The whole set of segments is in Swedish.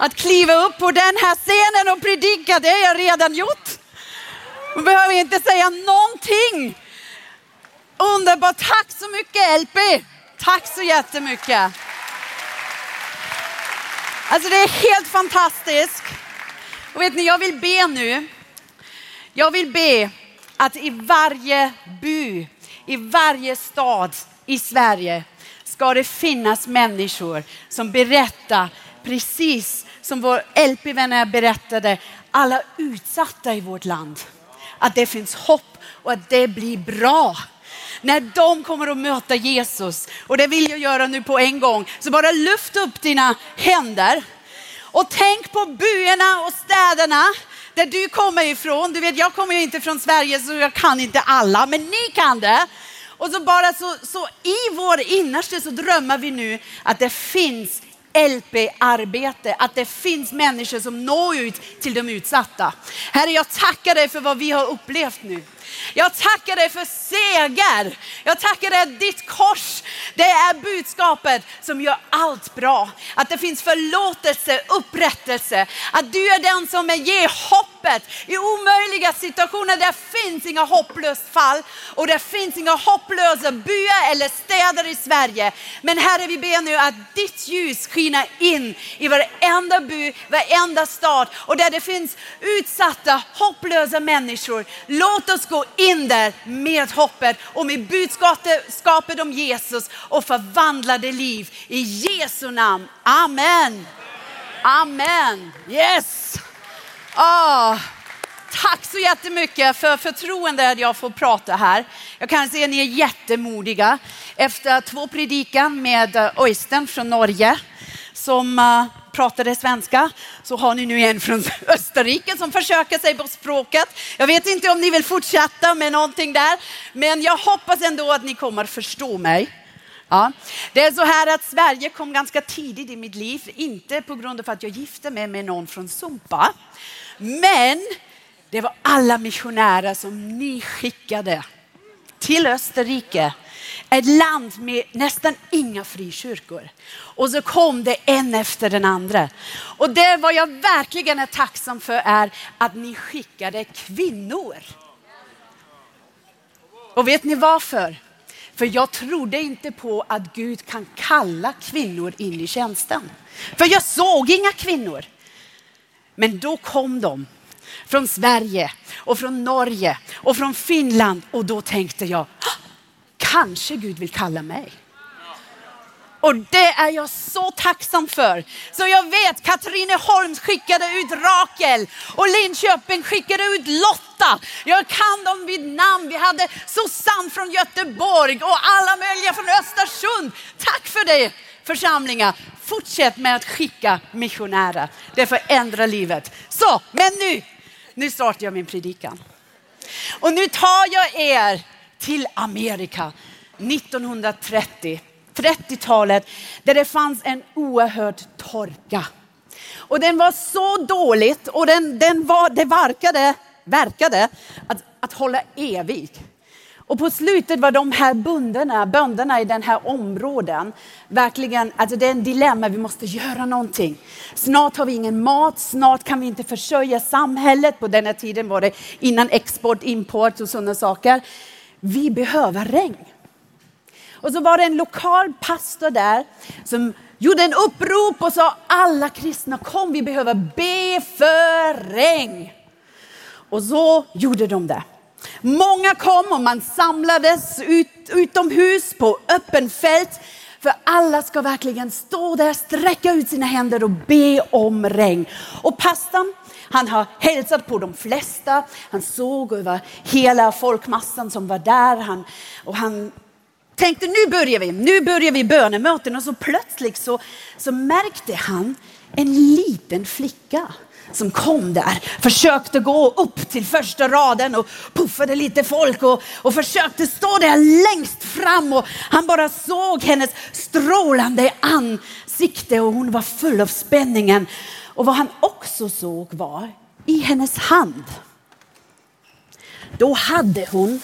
att kliva upp på den här scenen och predika. Det har jag redan gjort. Man behöver inte säga någonting. Underbart, tack så mycket LP. Tack så jättemycket. Alltså det är helt fantastiskt. Och vet ni, jag vill be nu. Jag vill be att i varje by, i varje stad i Sverige ska det finnas människor som berättar precis som vår LP-vänner berättade, alla utsatta i vårt land. Att det finns hopp och att det blir bra. När de kommer att möta Jesus, och det vill jag göra nu på en gång, så bara lyft upp dina händer och tänk på byarna och städerna där du kommer ifrån. Du vet, jag kommer ju inte från Sverige så jag kan inte alla, men ni kan det. Och så bara så i vår innersta så drömmer vi nu att det finns LP-arbete, att det finns människor som når ut till de utsatta. Herre, jag tackar dig för vad vi har upplevt nu. Jag tackar dig för seger. Jag tackar dig att ditt kors, det är budskapet som gör allt bra. Att det finns förlåtelse, upprättelse. Att du är den som ger hoppet i omöjliga situationer. Det finns inga hopplösa fall och det finns inga hopplösa byar eller städer i Sverige. Men Herre, vi ber nu att ditt ljus skiner in i varenda by, varenda stad. Och där det finns utsatta, hopplösa människor. Låt oss gå in där med hoppet och med budskapet om Jesus och förvandlade liv i Jesu namn. Amen. Amen. Yes. Tack så jättemycket för förtroende att jag får prata här. Jag kan säga att ni är jättemodiga. Efter 2 predikan med Øystein från Norge som pratade svenska, så har ni nu en från Österrike som försöker sig på språket. Jag vet inte om ni vill fortsätta med någonting där, men jag hoppas ändå att ni kommer förstå mig. Ja. Det är så här att Sverige kom ganska tidigt i mitt liv, inte på grund av att jag gifte mig med någon från Sumpa, men det var alla missionärer som ni skickade till Österrike. Ett land med nästan inga frikyrkor. Och så kom det en efter den andra. Och det vad jag verkligen är tacksam för är att ni skickade kvinnor. Och vet ni varför? För jag trodde inte på att Gud kan kalla kvinnor in i tjänsten. För jag såg inga kvinnor. Men då kom de från Sverige och från Norge och från Finland. Och då tänkte jag, kanske Gud vill kalla mig. Och det är jag så tacksam för. Så jag vet, Katrineholm skickade ut Rakel och Linköping skickade ut Lotta. Jag kan dem vid namn. Vi hade Susanne från Göteborg och alla möjliga från Östersund. Tack för det, församlingar. Fortsätt med att skicka missionärer. Det förändrar livet. Så, men nu startar jag min predikan. Och nu tar jag er till Amerika 1930. 30-talet där det fanns en oerhörd torka. Och den var så dåligt och det verkade att hålla evigt. Och på slutet var de här bönderna i den här områden verkligen, alltså det är en dilemma, vi måste göra någonting. Snart har vi ingen mat, snart kan vi inte försörja samhället. På den här tiden var det innan export, import och sådana saker. Vi behöver regn. Och så var det en lokal pastor där som gjorde en upprop och sa, alla kristna, kom, vi behöver be för regn. Och så gjorde de det. Många kom och man samlades utomhus på öppen fält. För alla ska verkligen stå där, sträcka ut sina händer och be om regn. Och pastorn, han har hälsat på de flesta. Han såg över hela folkmassan som var där. Han tänkte, nu börjar vi bönemöten. Och så plötsligt så märkte han en liten flicka som kom där. Försökte gå upp till första raden och puffade lite folk. Och försökte stå där längst fram. Och han bara såg hennes strålande ansikte. Och hon var full av spänningen. Och vad han också såg var i hennes hand. Då hade hon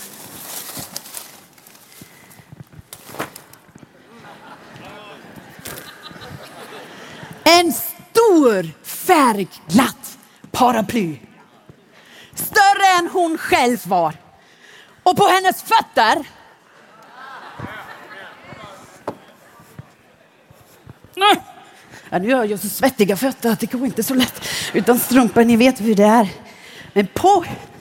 en stor stor färgglatt paraply. Större än hon själv var. Och på hennes fötter nu har jag så svettiga fötter att det går inte så lätt utan strumpor, ni vet hur det är. Men på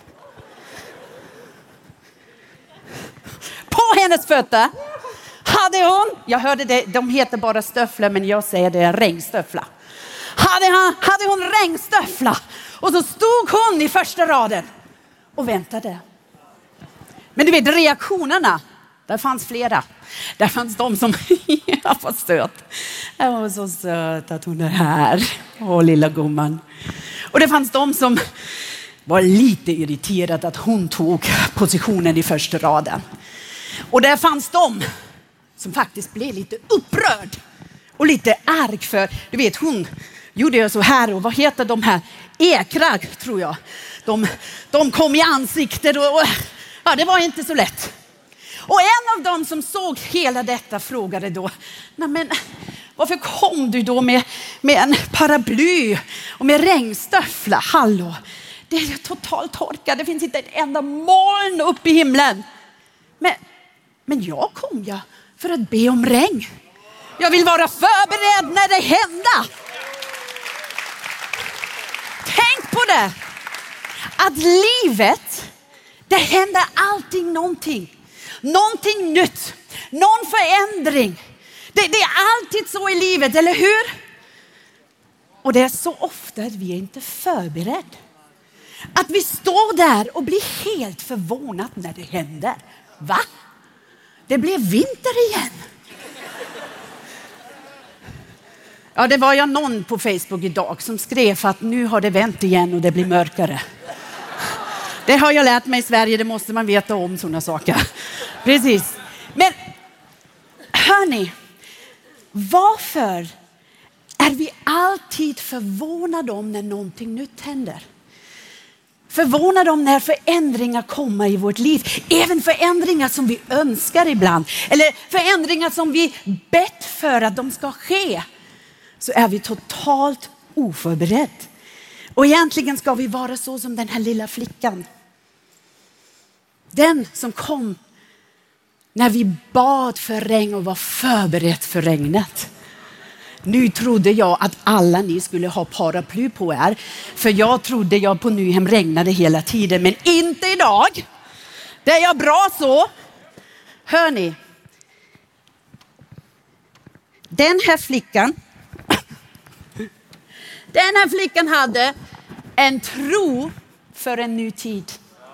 hennes fötter hade hon, jag hörde det, de heter bara stöfflar men jag säger det är regnstöffla. Hade hon regnstöffla och så stod hon i första raden och väntade. Men du vet reaktionerna, där fanns flera. Där fanns de som jag var söt. Jag var så söt att hon är här. Åh lilla gumman. Och det fanns de som var lite irriterade att hon tog positionen i första raden. Och där fanns de som faktiskt blev lite upprörd och lite arg för, du vet hon gjorde jag så här och vad heter de här? Ekrag tror jag. De kom i ansiktet och ja, det var inte så lätt. Och en av dem som såg hela detta frågade då, nej men varför kom du då med en paraply och med regnstöffla? Hallå, det är totalt torka, det finns inte ett enda moln uppe i himlen. Men jag kom ju för att be om regn. Jag vill vara förberedd när det händer. Tänk på det. Att livet, det händer alltid någonting. Någonting nytt. Någon förändring. Det är alltid så i livet, eller hur? Och det är så ofta att vi är inte förberedda. Att vi står där och blir helt förvånade när det händer. Va? Det blev vinter igen. Ja, det var jag någon på Facebook idag som skrev att nu har det vänt igen och det blir mörkare. Det har jag lärt mig i Sverige, det måste man veta om sådana saker. Precis. Men hörni, varför är vi alltid förvånade om när någonting nytt händer? Förvånade om när förändringar kommer i vårt liv. Även förändringar som vi önskar ibland. Eller förändringar som vi bett för att de ska ske. Så är vi totalt oförberedda. Och egentligen ska vi vara så som den här lilla flickan. Den som kom när vi bad för regn och var förberedd för regnet. Nu trodde jag att alla ni skulle ha paraply på er. För jag trodde jag på Nyhem regnade hela tiden. Men inte idag. Det är jag bra så. Hör ni. Den här flickan hade en tro för en ny tid.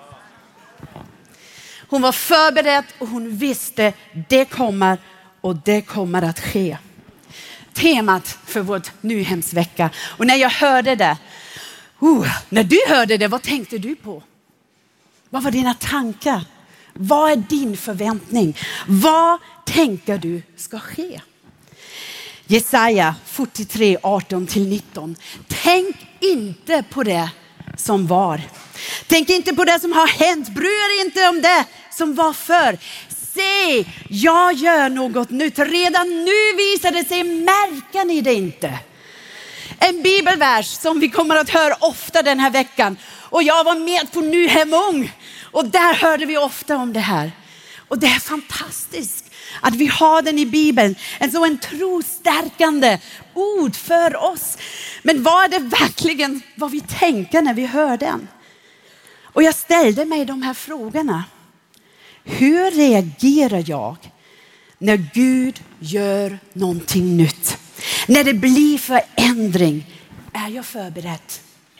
Hon var förberedd och hon visste det kommer och det kommer att ske. Temat för vårt Nyhemsvecka. Och när jag hörde det, när du hörde det, vad tänkte du på? Vad var dina tankar? Vad är din förväntning? Vad tänker du ska ske? Jesaja 43, 18-19. Tänk inte på det som var. Tänk inte på det som har hänt. Bry er inte om det som var förr. Se, jag gör något nytt. Redan nu visar det sig, märker ni det inte? En bibelvers som vi kommer att höra ofta den här veckan. Och jag var med på Nyhem Ung. Och där hörde vi ofta om det här. Och det är fantastiskt att vi har den i Bibeln. En trostärkande ord för oss. Men vad är det verkligen vad vi tänker när vi hör den? Och jag ställde mig de här frågorna. Hur reagerar jag när Gud gör någonting nytt? När det blir förändring, är jag förberedd?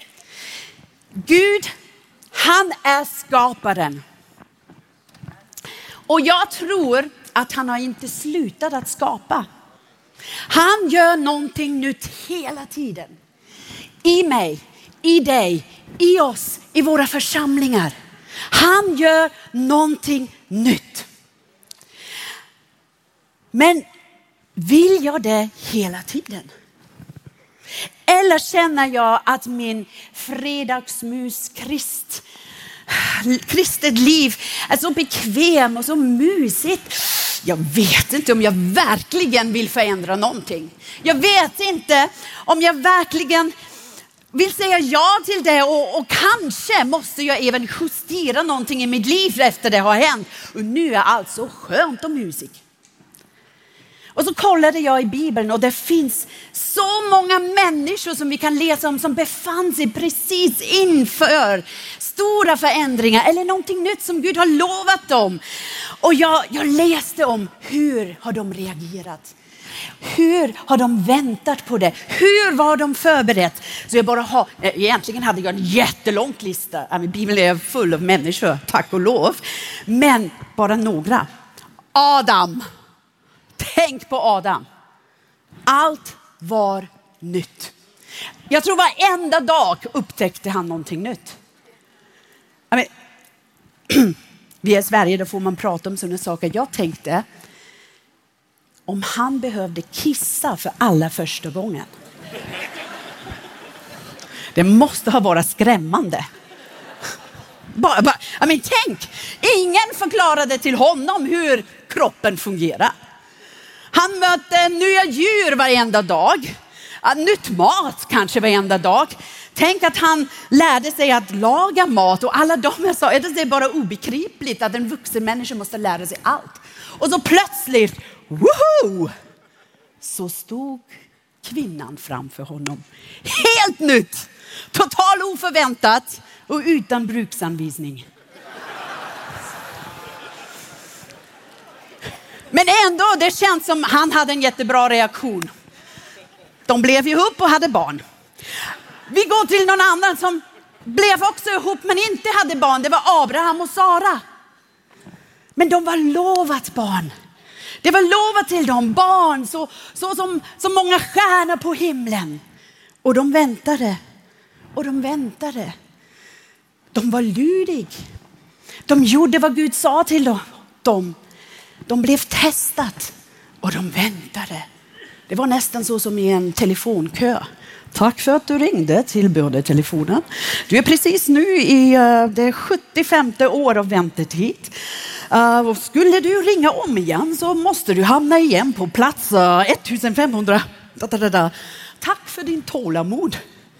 Gud, han är skaparen. Och jag tror att han har inte slutat att skapa. Han gör någonting nytt hela tiden. I mig, i dig, i oss, i våra församlingar. Han gör någonting nytt. Men vill jag det hela tiden? Eller känner jag att min fredagsmus kristet liv är så bekväm och så mysigt. Jag vet inte om jag verkligen vill förändra någonting. Jag vet inte om jag verkligen vill säga ja till det, och kanske måste jag även justera någonting i mitt liv efter det har hänt. Och nu är allt så skönt och musik. Och så kollade jag i Bibeln, och det finns så många människor som vi kan läsa om som befann sig precis inför stora förändringar eller någonting nytt som Gud har lovat dem. Och jag läste om hur har de reagerat. Hur har de väntat på det? Hur var de förberett? Så egentligen hade jag en jättelång lista. Bibeln är full av människor, tack och lov. Men bara några. Adam. Tänk på Adam. Allt var nytt. Jag tror varenda dag upptäckte han någonting nytt. Vi är i Sverige, då får man prata om sådana saker. Jag tänkte, om han behövde kissa för alla första gången. Det måste ha varit skrämmande. Tänk, ingen förklarade till honom hur kroppen fungerar. Han mötte nya djur varenda dag. Nytt mat kanske varenda dag. Tänk att han lärde sig att laga mat, och alla de sa, det är bara obegripligt att en vuxen människa måste lära sig allt. Och så plötsligt, woho! Så stod kvinnan framför honom. Helt nytt, total oförväntat och utan bruksanvisning. Men ändå, det känns som han hade en jättebra reaktion. De blev ihop och hade barn. Vi går till någon annan som blev också ihop men inte hade barn. Det var Abraham och Sara. Men de var lovat barn. Det var lovat till dem barn så många stjärnor på himlen. Och de väntade. Och de väntade. De var lydiga. De gjorde vad Gud sa till dem. De blev testat och de väntade. Det var nästan så som i en telefonkö. Tack för att du ringde till bördetelefonen. Du är precis nu i det 75:e år av väntetid. Skulle du ringa om igen så måste du hamna igen på plats 1500. Tack för din tålamod.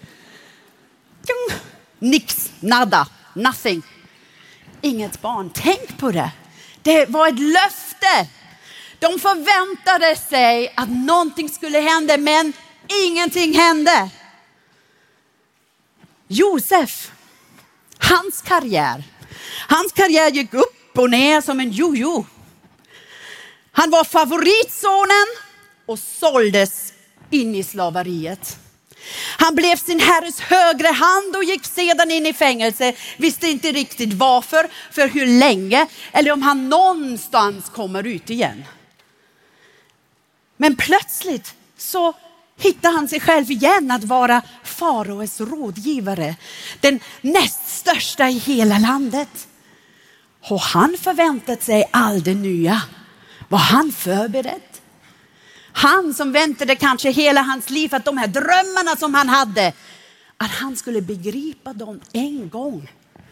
Nix, nada, nothing. Inget barn. Tänk på det. Det var ett löfte. De förväntade sig att någonting skulle hända, men ingenting hände. Josef, hans karriär gick upp och ner som en jojo. Han var favoritsonen och såldes in i slaveriet. Han blev sin herres högra hand och gick sedan in i fängelse. Visste inte riktigt varför, för hur länge, eller om han någonstans kommer ut igen. Men plötsligt så hittar han sig själv igen att vara faraos rådgivare. Den näst största i hela landet. Och han förväntat sig all det nya. Var han förberedd? Han som väntade kanske hela hans liv att de här drömmarna som han hade, att han skulle begripa dem en gång.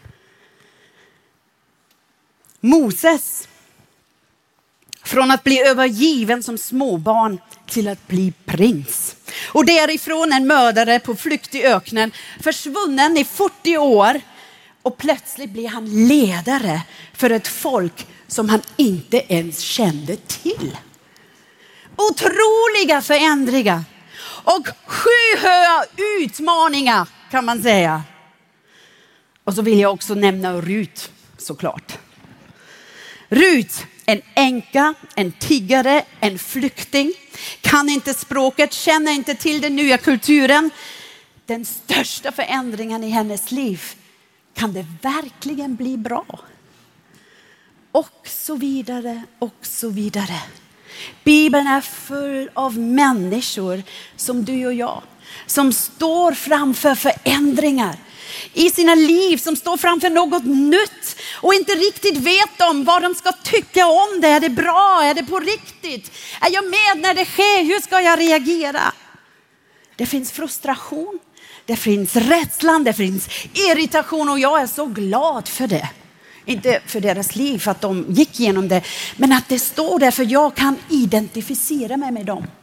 Moses, från att bli övergiven som småbarn till att bli prins. Och därifrån en mördare på flykt i öknen, försvunnen i 40 år. Och plötsligt blir han ledare för ett folk som han inte ens kände till. Otroliga förändringar och skyhöga utmaningar kan man säga. Och så vill jag också nämna Rut, såklart. Rut, en änka, en tiggare, en flykting. Kan inte språket, känner inte till den nya kulturen. Den största förändringen i hennes liv. Kan det verkligen bli bra? Och så vidare, och så vidare. Bibeln är full av människor som du och jag. Som står framför förändringar i sina liv. Som står framför något nytt. Och inte riktigt vet om vad de ska tycka om det. Är det bra? Är det på riktigt? Är jag med när det sker? Hur ska jag reagera? Det finns frustration. Det finns rädslan. Det finns irritation. Och jag är så glad för det. Inte för deras liv, för att de gick igenom det. Men att det står där för jag kan identifiera mig med dem.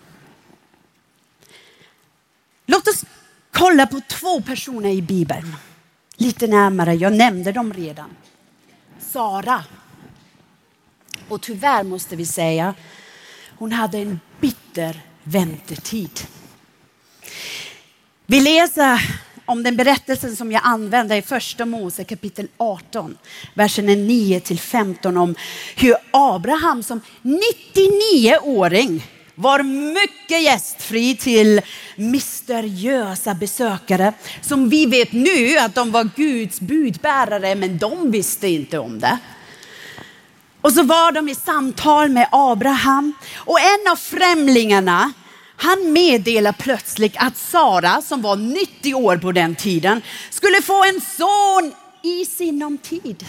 Låt oss kolla på 2 personer i Bibeln. Lite närmare, jag nämnde dem redan. Sara. Och tyvärr måste vi säga, hon hade en bitter väntetid. Vi läser om den berättelsen som jag använder i första Mose kapitel 18, verserna 9-15 om hur Abraham som 99-åring var mycket gästfri till mysteriösa besökare som vi vet nu att de var Guds budbärare, men de visste inte om det. Och så var de i samtal med Abraham och en av främlingarna, han meddelar plötsligt att Sara, som var 90 år på den tiden, skulle få en son i sinom tid.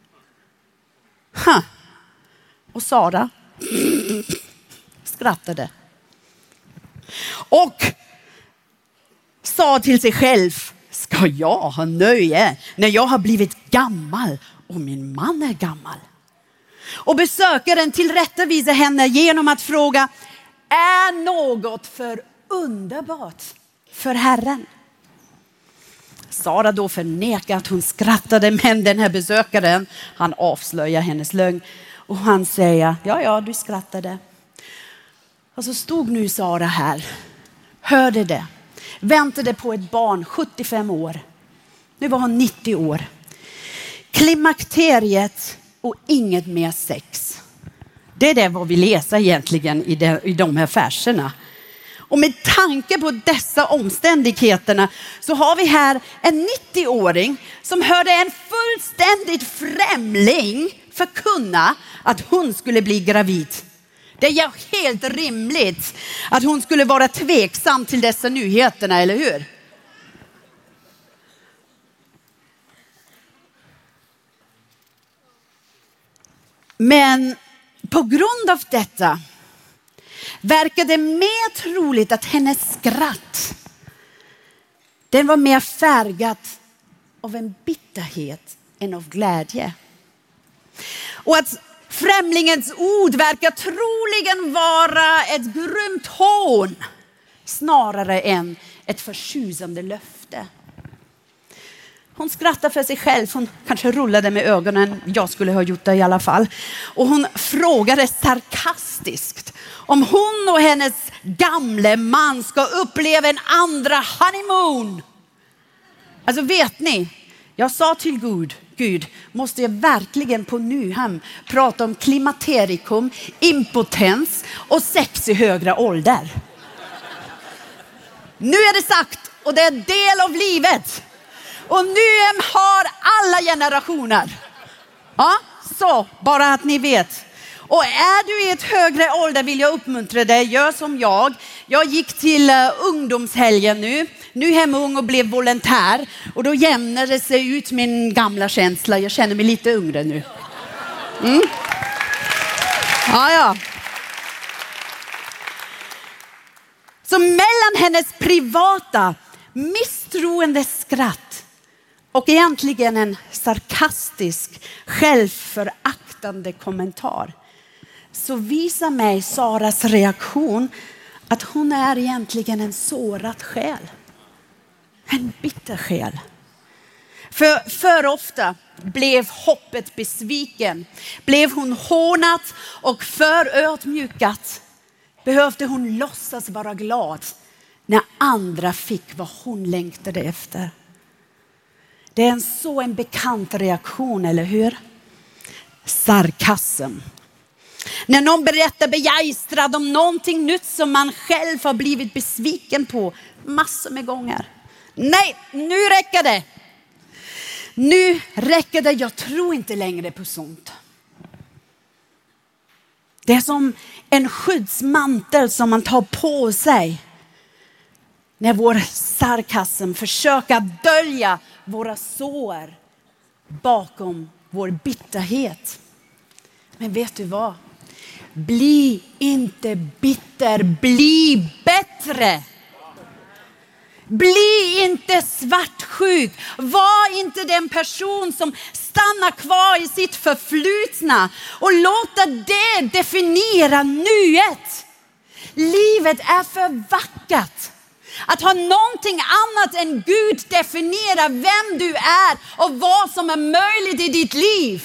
Och Sara skrattade. Och sa till sig själv, ska jag ha nöje när jag har blivit gammal och min man är gammal? Och besökaren tillrättavisar henne genom att fråga, är något för underbart för Herren? Sara då förnekar att hon skrattade, men den här besökaren, han avslöjar hennes lögn. Och han säger, ja du skrattade. Och så stod nu Sara här, hörde det, väntade på ett barn, 75 år. Nu var hon 90 år. Klimakteriet och inget mer sex. Det är det vad vi läser egentligen i de här verserna. Och med tanke på dessa omständigheterna så har vi här en 90-åring som hörde en fullständigt främling förkunna att hon skulle bli gravid. Det är ju helt rimligt att hon skulle vara tveksam till dessa nyheterna, eller hur? Men på grund av detta verkar det mer troligt att hennes skratt, den var mer färgat av en bitterhet än av glädje. Och att främlingens ord verkar troligen vara ett grymt hån snarare än ett förtjusande löfte. Hon skrattade för sig själv. Hon kanske rullade med ögonen. Jag skulle ha gjort det i alla fall. Och hon frågade sarkastiskt om hon och hennes gamle man ska uppleva en andra honeymoon. Alltså vet ni, jag sa till Gud, måste jag verkligen på Nyhem prata om klimakterikum, impotens och sex i högre ålder? Nu är det sagt och det är en del av livet. Och Nyhem har alla generationer. Ja, så bara att ni vet. Och är du i ett högre ålder vill jag uppmuntra dig, gör som jag. Jag gick till ungdomshelgen nu hemma ung och blev volontär. Och då jämnade det sig ut min gamla känsla. Jag känner mig lite yngre nu. Ja. Så mellan hennes privata misstroende skratt och egentligen en sarkastisk, självföraktande kommentar så visar mig Saras reaktion att hon är egentligen en sårad själ. En bitter själ. För ofta blev hoppet besviken. Blev hon hånat och förödmjukat behövde hon låtsas vara glad när andra fick vad hon längtade efter. Det är en bekant reaktion, eller hur? Sarkasm. När någon berättar begeistrad om någonting nytt som man själv har blivit besviken på massor med gånger. Nej, nu räcker det. Nu räcker det, jag tror inte längre på sånt. Det är som en skyddsmantel som man tar på sig när vår sarkasm försöker dölja våra sår bakom vår bitterhet. Men vet du vad? Bli inte bitter, bli bättre. Bli inte svartsjuk. avundsjuk. Var inte den person som stannar kvar i sitt förflutna och låter det definiera nuet. Livet är för vackert att ha någonting annat än Gud definiera vem du är och vad som är möjligt i ditt liv.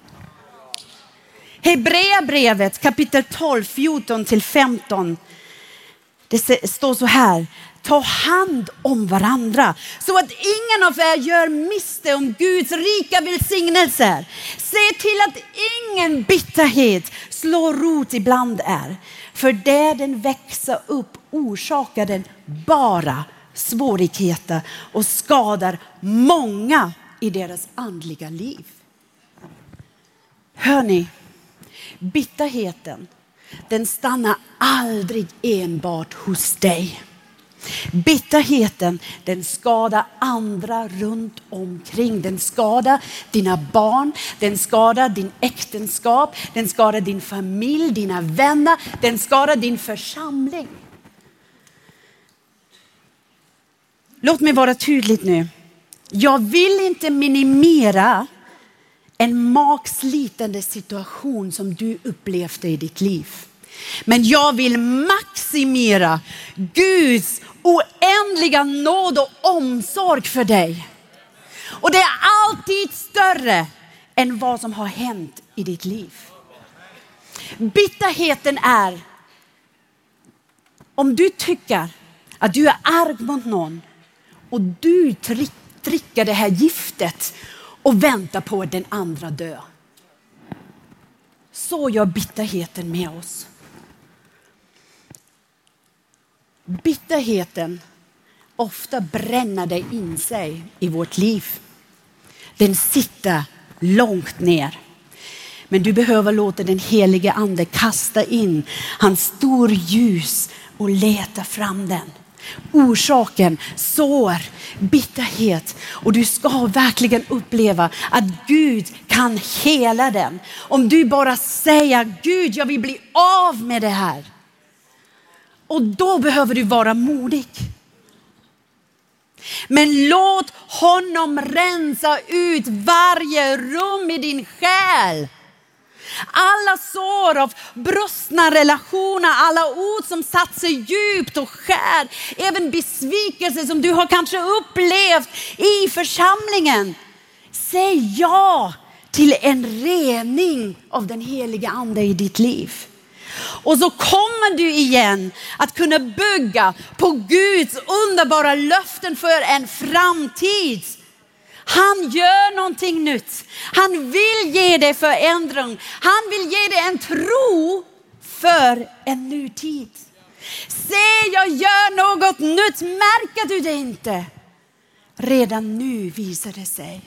Hebreerbrevet kapitel 12, 14-15. Det står så här. Ta hand om varandra så att ingen av er gör miste om Guds rika välsignelser. Se till att ingen bitterhet slår rot ibland er. För där den växer upp orsakar den bara svårigheter och skadar många i deras andliga liv. Hör ni, bitterheten, den stannar aldrig enbart hos dig. Bitterheten, den skadar andra runt omkring. Den skadar dina barn, den skadar din äktenskap, den skadar din familj, dina vänner, den skadar din församling. Låt mig vara tydlig nu. Jag vill inte minimera en magslitande situation som du upplevde i ditt liv. Men jag vill maximera Guds oändliga nåd och omsorg för dig. Och det är alltid större än vad som har hänt i ditt liv. Bitterheten är om du tycker att du är arg mot någon och du dricker det här giftet och väntar på att den andra dör. Så gör bitterheten med oss. Bitterheten ofta bränner det in sig i vårt liv. Den sitter långt ner. Men du behöver låta den helige ande kasta in hans stor ljus och leta fram den. Orsaken, sår, bitterhet. Och du ska verkligen uppleva att Gud kan hela den. Om du bara säger Gud, jag vill bli av med det här. Och då behöver du vara modig. Men låt honom rensa ut varje rum i din själ. Alla sår av brustna relationer, alla ord som satt sig djupt och skär. Även besvikelse som du har kanske upplevt i församlingen. Säg ja till en rening av den heliga ande i ditt liv. Och så kommer du igen att kunna bygga på Guds underbara löften för en framtid. Han gör någonting nytt. Han vill ge dig förändring. Han vill ge dig en tro för en ny tid. Se, jag gör något nytt. Märker du det inte? Redan nu visar det sig.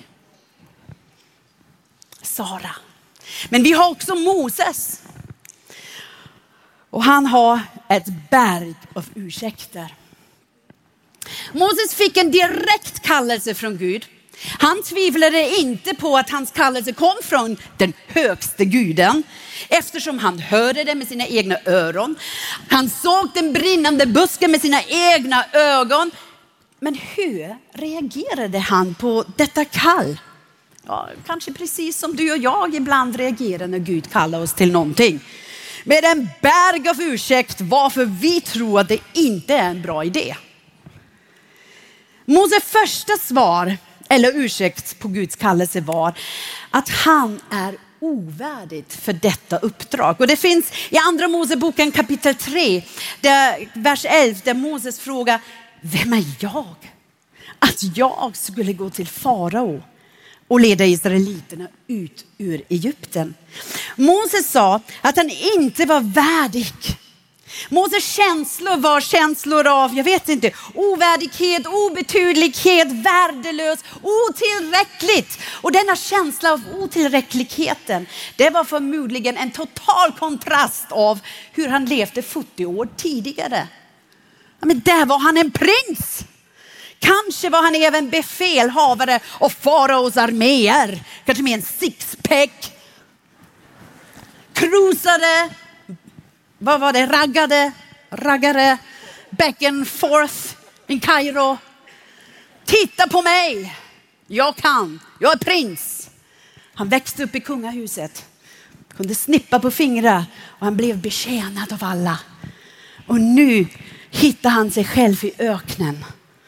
Sara. Men vi har också Moses. Och han har ett berg av ursäkter. Moses fick en direkt kallelse från Gud. Han tvivlade inte på att hans kallelse kom från den högste guden. Eftersom han hörde det med sina egna öron. Han såg den brinnande busken med sina egna ögon. Men hur reagerade han på detta kall? Ja, kanske precis som du och jag ibland reagerar när Gud kallar oss till någonting. Med en berg av ursäkt varför vi tror att det inte är en bra idé. Moses första svar eller ursäkt på Guds kallelse var att han är ovärdigt för detta uppdrag. Och det finns i andra Moseboken kapitel 3, där, vers 11, där Moses frågar, vem är jag? Att jag skulle gå till farao och leda israeliterna ut ur Egypten. Moses sa att han inte var värdig. Moses känslor var känslor av, jag vet inte, ovärdighet, obetydlighet, värdelös, otillräckligt. Och denna känsla av otillräckligheten, det var förmodligen en total kontrast av hur han levde 40 år tidigare. Ja, men där var han en prins. Kanske var han även befälhavare av faraos arméer. Kanske med en sixpack. Cruisade. Vad var det? Raggare. Back and forth in Kairo. Titta på mig. Jag är prins. Han växte upp i kungahuset. Kunde snippa på fingrar och han blev betjänad av alla. Och nu hittar han sig själv i öknen.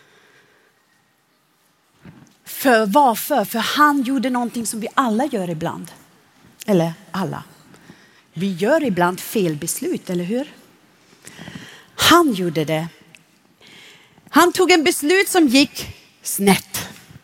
Varför? För han gjorde någonting som vi alla gör ibland. Eller alla. Vi gör ibland fel beslut, eller hur? Han gjorde det. Han tog en beslut som gick snett.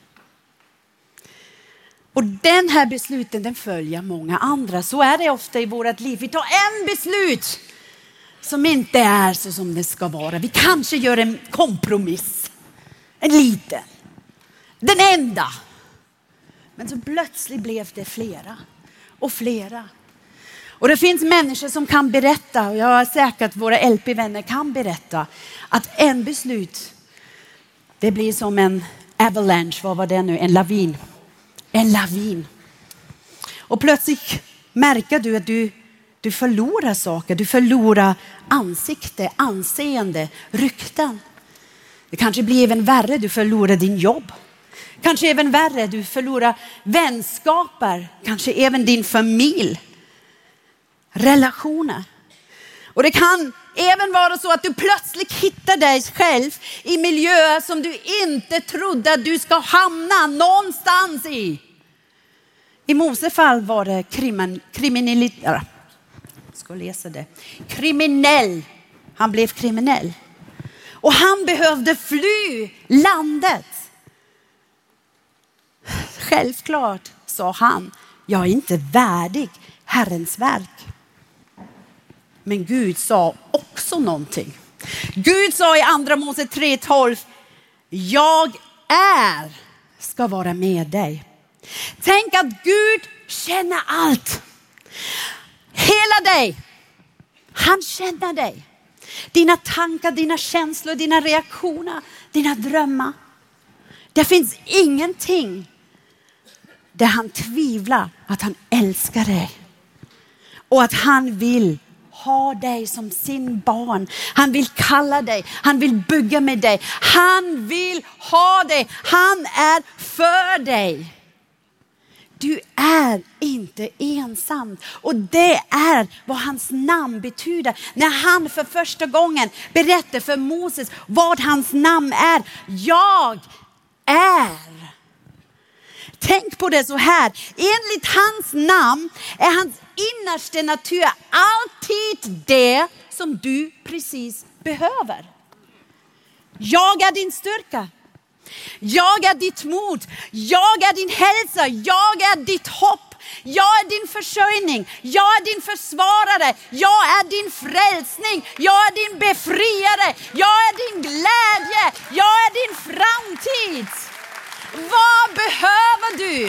Och den här besluten, den följer många andra. Så är det ofta i vårt liv. Vi tar en beslut som inte är så som det ska vara. Vi kanske gör en kompromiss. En liten. Den enda. Men så plötsligt blev det flera. Och flera. Och det finns människor som kan berätta. Och jag är säker att våra LP-vänner kan berätta. Att en beslut. Det blir som en avalanche. Vad var det nu? En lavin. En lavin. Och plötsligt märker du att du förlorar saker. Du förlorar ansikte, anseende, rykten. Det kanske blir även värre. Du förlorar din jobb. Kanske även värre. Du förlorar vänskaper. Kanske även din familj. Relationer. Och det kan även vara så att du plötsligt hittar dig själv i miljöer som du inte trodde att du ska hamna någonstans i. I Mose fall var det kriminell. Han blev kriminell. Och han behövde fly landet. Självklart sa han, jag är inte värdig Herrens verk. Men Gud sa också någonting. Gud sa i andra Mose 3:12, jag ska vara med dig. Tänk att Gud känner allt. Hela dig. Han känner dig. Dina tankar, dina känslor, dina reaktioner, dina drömmar. Det finns ingenting där han tvivlar att han älskar dig. Och att han vill ha dig som sin barn. Han vill kalla dig. Han vill bygga med dig. Han vill ha dig. Han är för dig. Du är inte ensam. Och det är vad hans namn betyder. När han för första gången berättar för Moses vad hans namn är. Jag är. Tänk på det så här. Enligt hans namn är hans innersta natur alltid det som du precis behöver. Jag är din styrka. Jag är ditt mod. Jag är din hälsa. Jag är ditt hopp. Jag är din försörjning. Jag är din försvarare. Jag är din frälsning. Jag är din befriare. Jag är din glädje. Jag är din framtid. Vad behöver du?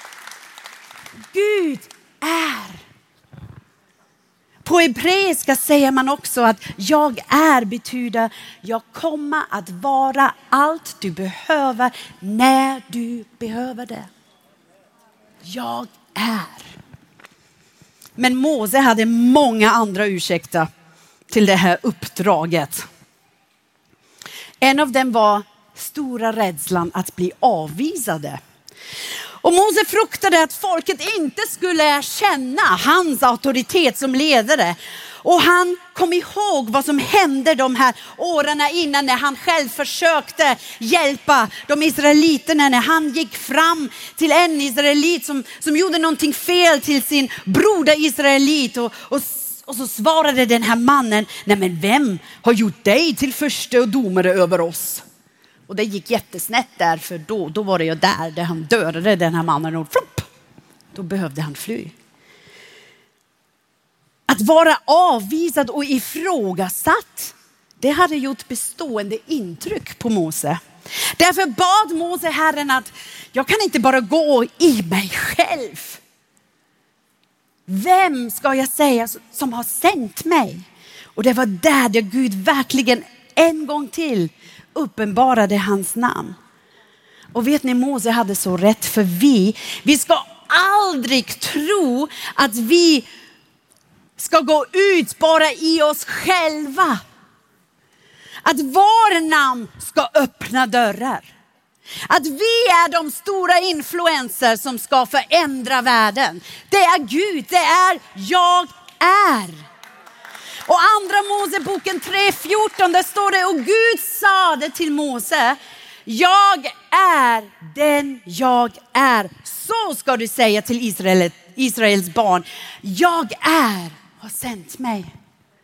Gud är. På hebreiska säger man också att jag är betyder jag kommer att vara allt du behöver när du behöver det. Jag är. Men Mose hade många andra ursäkter till det här uppdraget. En av dem var stora rädslan att bli avvisade. Och Mose fruktade att folket inte skulle känna hans auktoritet som ledare. Och han kom ihåg vad som hände de här åren innan när han själv försökte hjälpa de israeliterna. När han gick fram till en israelit som gjorde någonting fel till sin broder israelit. Och så svarade den här mannen, nej men vem har gjort dig till första och domare över oss? Och det gick jättesnett där, för då var det ju där han dödade den här mannen och flopp, då behövde han fly. Att vara avvisad och ifrågasatt, det hade gjort bestående intryck på Mose. Därför bad Mose Herren att jag kan inte bara gå i mig själv. Vem ska jag säga som har sänt mig? Och det var där Gud verkligen en gång till uppenbarade hans namn. Och vet ni, Mose hade så rätt, för vi ska aldrig tro att vi ska gå ut bara i oss själva. Att vår namn ska öppna dörrar. Att vi är de stora influenser som ska förändra världen. Det är Gud, det är jag är. Och andra Moseboken 3:14 där står det, och Gud sa det till Mose, jag är den jag är. Så ska du säga till Israels barn, jag har sänt mig.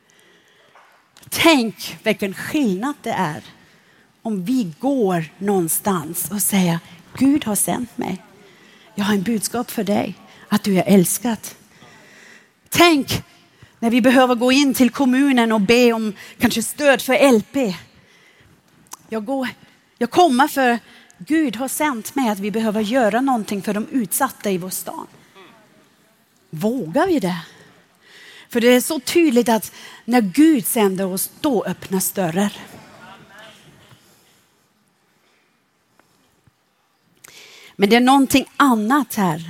Tänk vilken skillnad det är om vi går någonstans och säger, Gud har sänt mig. Jag har en budskap för dig, att du är älskad. Tänk när vi behöver gå in till kommunen och be om kanske stöd för LP. Jag kommer för Gud har sänt mig att vi behöver göra någonting för de utsatta i vår stad. Vågar vi det? För det är så tydligt att när Gud sänder oss, då öppnas dörrar. Men det är någonting annat här.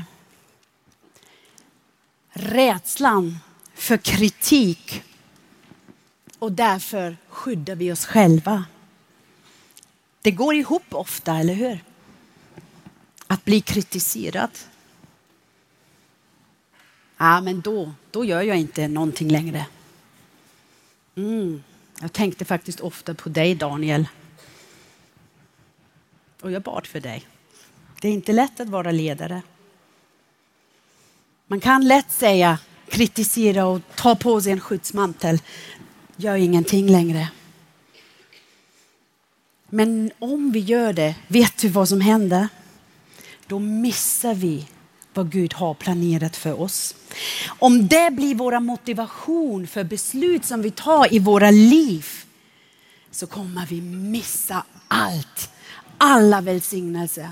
Rädslan för kritik. Och därför skyddar vi oss själva. Det går ihop ofta, eller hur? Att bli kritiserad. Ja, men då gör jag inte någonting längre. Jag tänkte faktiskt ofta på dig, Daniel. Och jag bad för dig. Det är inte lätt att vara ledare. Man kan lätt säga, kritisera och ta på sig en skyddsmantel. Gör ingenting längre. Men om vi gör det, vet du vad som händer? Då missar vi vad Gud har planerat för oss. Om det blir våra motivation för beslut som vi tar i våra liv, så kommer vi missa allt. Alla välsignelser.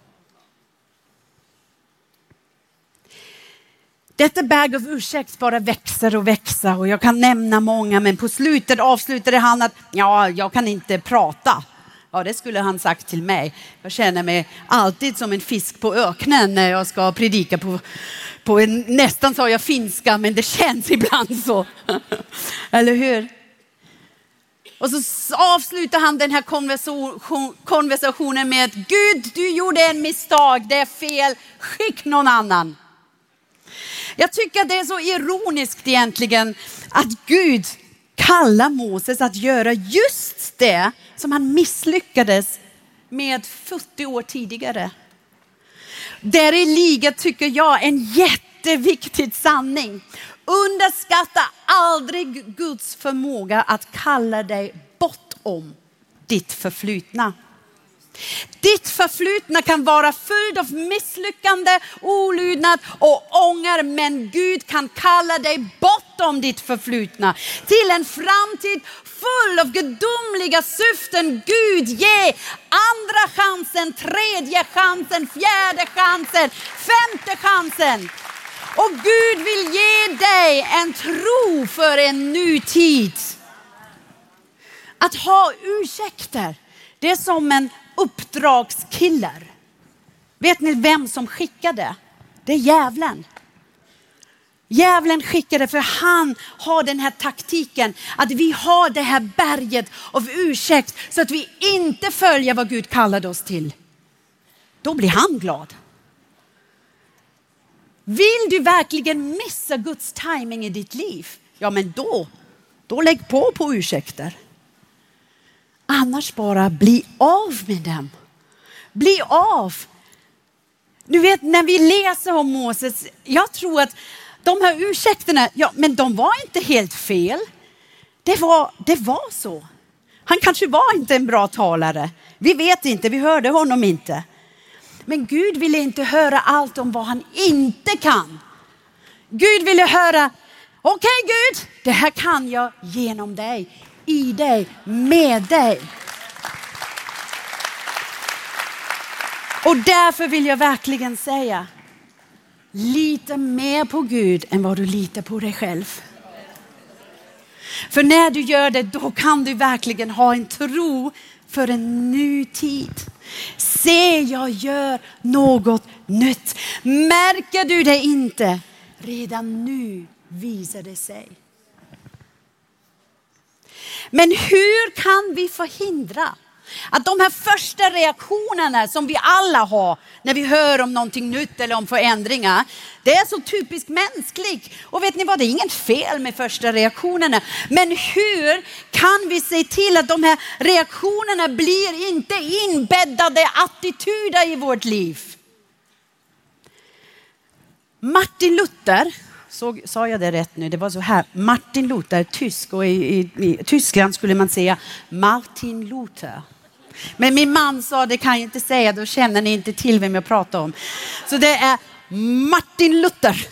Detta berg av ursäkt bara växer och växer, och jag kan nämna många, men på slutet avslutade han att jag kan inte prata. Ja, det skulle han sagt till mig. Jag känner mig alltid som en fisk på öknen när jag ska predika på nästan sa jag finska, men det känns ibland så. Eller hur? Och så avslutar han den här konversationen med att Gud, du gjorde en misstag, det är fel, skick någon annan. Jag tycker det är så ironiskt egentligen att Gud kallar Moses att göra just det som han misslyckades med 40 år tidigare. Där i ligger, tycker jag, en jätteviktig sanning. Underskatta aldrig Guds förmåga att kalla dig bortom ditt förflutna. Ditt förflutna kan vara fylld av misslyckande, olydnad och ånger, men Gud kan kalla dig bortom ditt förflutna till en framtid full av gudomliga syften. Gud ger andra chansen, tredje chansen, fjärde chansen, femte chansen. Och Gud vill ge dig en tro för en ny tid. Att ha ursäkter, det är som en uppdragskiller. Vet ni vem som skickade? Det är djävulen. Djävulen skickade, för han har den här taktiken att vi har det här berget av ursäkt så att vi inte följer vad Gud kallade oss till. Då blir han glad. Vill du verkligen missa Guds timing i ditt liv? Ja, men då lägg på ursäkter. Annars bara bli av med dem. Bli av. Du vet, när vi läser om Moses, jag tror att de här ursäkterna, men de var inte helt fel. Det var så. Han kanske var inte en bra talare. Vi vet inte, vi hörde honom inte. Men Gud ville inte höra allt om vad han inte kan. Gud ville höra, okej, Gud, det här kan jag genom dig, i dig, med dig. Och därför vill jag verkligen säga, lita mer på Gud än vad du litar på dig själv. För när du gör det, då kan du verkligen ha en tro för en ny tid. Se, jag gör något nytt. Märker du det inte? Redan nu visar det sig. Men hur kan vi förhindra att de här första reaktionerna som vi alla har när vi hör om någonting nytt eller om förändringar, det är så typiskt mänskligt. Och vet ni vad, det är inget fel med första reaktionerna. Men hur kan vi se till att de här reaktionerna blir inte inbäddade attityder i vårt liv? Martin Luther, sa jag det rätt nu? Det var så här, Martin Luther, tysk, och i Tyskland skulle man säga Martin Luther. Men min man sa, det kan jag inte säga, då känner ni inte till vem jag pratar om. Så det är Martin Luther.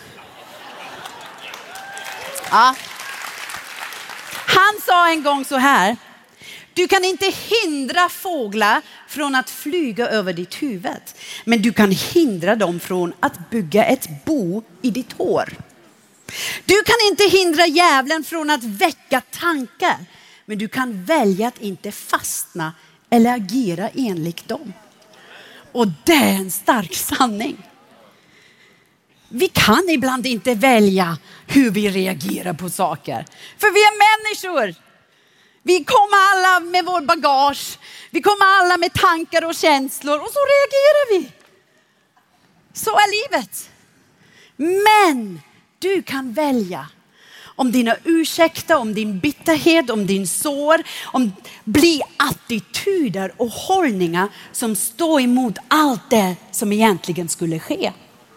Ja. Han sa en gång så här: du kan inte hindra fåglar från att flyga över ditt huvud, men du kan hindra dem från att bygga ett bo i ditt hår. Du kan inte hindra djävulen från att väcka tankar, men du kan välja att inte fastna eller agera enligt dem. Och det är en stark sanning. Vi kan ibland inte välja hur vi reagerar på saker. För vi är människor. Vi kommer alla med vår bagage. Vi kommer alla med tankar och känslor. Och så reagerar vi. Så är livet. Men du kan välja om dina ursäkter, om din bitterhet, om din sår, om bli attityder och hållningar som står emot allt det som egentligen skulle ske.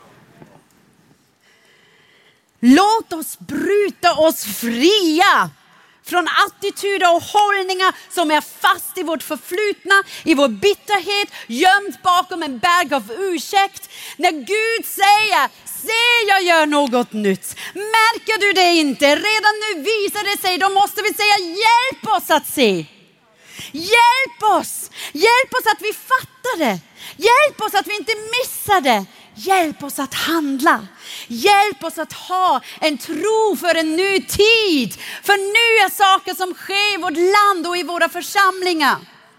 Låt oss bryta oss fria från attityder och hållningar som är fast i vårt förflutna, i vår bitterhet, gömt bakom en berg av ursäkt. När Gud säger, se jag gör något nytt. Märker du det inte? Redan nu visar det sig, då måste vi säga, hjälp oss att se. Hjälp oss. Hjälp oss att vi fattar det. Hjälp oss att vi inte missar det. Hjälp oss att handla. Hjälp oss att ha en tro för en ny tid. För nu är saker som sker i vårt land och i våra församlingar.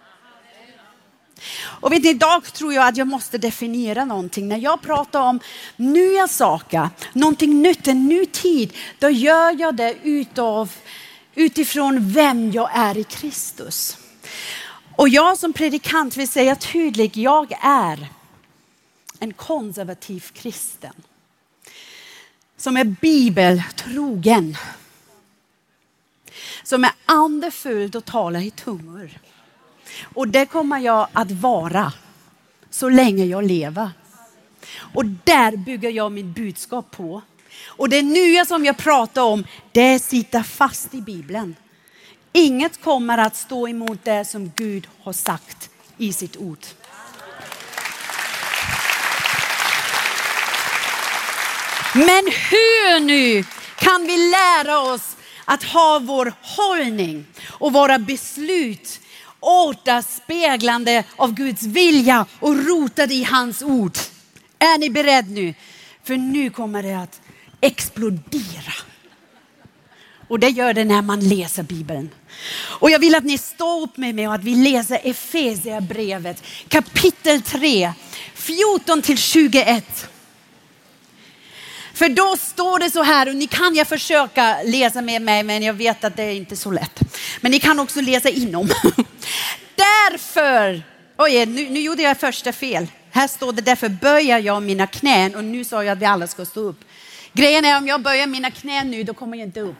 Och vet ni, idag tror jag att jag måste definiera någonting. När jag pratar om nya saker, någonting nytt, en ny tid, då gör jag det utifrån vem jag är i Kristus. Och jag som predikant vill säga tydligt, jag är en konservativ kristen. Som är bibeltrogen. Som är andefylld och talar i tungor. Och det kommer jag att vara så länge jag lever. Och där bygger jag min budskap på. Och det nya som jag pratar om, det sitter fast i Bibeln. Inget kommer att stå emot det som Gud har sagt i sitt ord. Men hur nu kan vi lära oss att ha vår hållning och våra beslut återspeglande av Guds vilja och rotade i hans ord? Är ni beredda nu? För nu kommer det att explodera. Och det gör det när man läser Bibeln. Och jag vill att ni står upp med mig och att vi läser Efesierbrevet kapitel 3, 14-21. För då står det så här, och ni kan ju försöka läsa med mig, men jag vet att det är inte så lätt. Men ni kan också läsa inom. Därför, nu gjorde jag första fel. Här står det, därför böjer jag mina knän, och nu sa jag att vi alla ska stå upp. Grejen är, om jag böjer mina knän nu, då kommer jag inte upp.